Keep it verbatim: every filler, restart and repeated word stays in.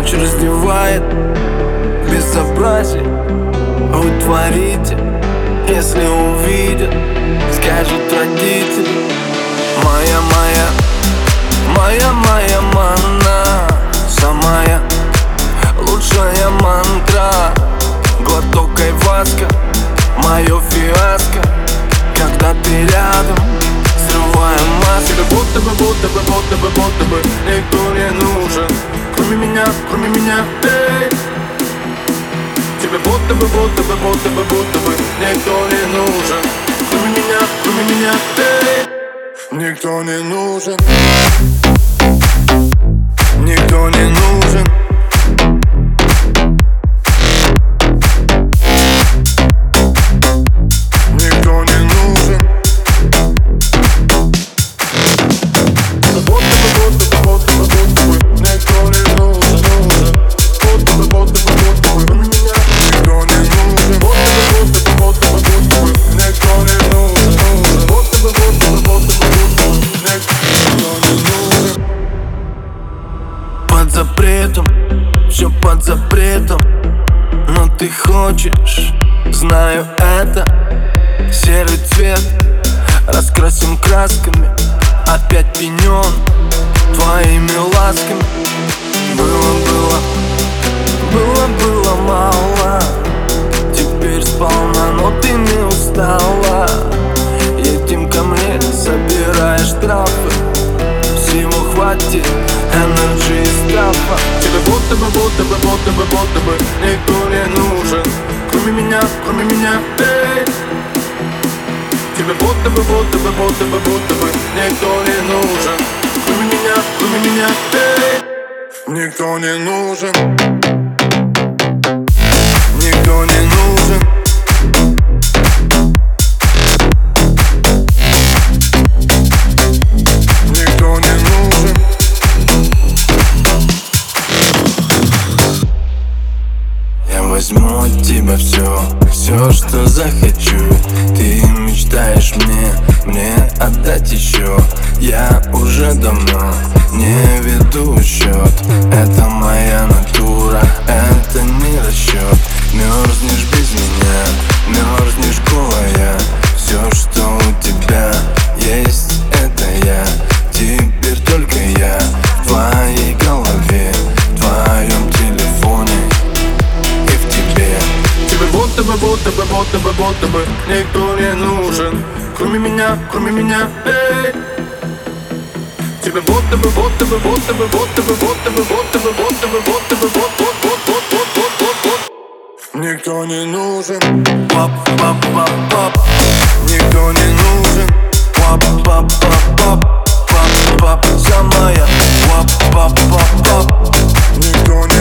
ночь раздевает безобразие. Вы творите, если увидят, скажут родители. Моя, моя, моя, моя манна, самая лучшая мантра. Глоток айваска, мое фиаско, когда ты рядом, срываем маски. Тебе будто бы, будто бы, будто бы, будто бы никто не нужен, кроме меня, кроме меня, эй. Тебе будто бы, будто бы, будто бы, будто бы никто не нужен, кроме меня, кроме меня, эй. Никто не нужен, никто не нужен. Никто не нужен. Будто бы, будто бы, будто бы, будто бы никто не нужен, нужен. Будто бы, будто бы, будто бы кроме меня никто не нужен. Будто бы, будто бы, будто бы, будто бы никто не нужен, нужен. Будто бы, будто бы, будто бы, будто бы никто не нужен. Под запретом, все под запретом, но ты хочешь, знаю это. Серый цвет раскрасим красками, опять пенен твоими ласками. Было, было, было, было мало, теперь сполна, но ты не устала. Едем ко мне, собирая штрафы, всего хватит энерджи и страфа. Тебе будто бы, будто бы, будто бы, будто бы никто не нужен, кроме меня, кроме меня, эй. Тебе будто бы, будто бы, будто бы, будто бы никто не нужен, кроме меня, кроме меня, эй. Никто не нужен, никто не нужен. Никто не нужен. Я возьму от тебя все, все, что захочу. Ты мечтаешь мне, мне отдать еще. Я уже давно не веду счет. Это моя натура, это не расчет. Мерзнешь без меня, мерзнешь голая. Все, что у тебя есть, это я. Теперь только я в твоей голове, в твоем телефоне и в тебе. Тебе будто бы, будто бы, будто бы, будто бы никто не нужен, кроме меня, кроме меня, эй. Тебе будто бы, будто бы, будто бы, будто бы, будто бы, будто бы, будто бы, будто бы, вот, вот, вот, вот, вот, вот, вот, вот. Никто не нужен. Пап, пап, пап, пап. Никто не нужен. Пап, пап, пап, пап. Пап, пап, самая. Пап, пап, пап, пап. Никто не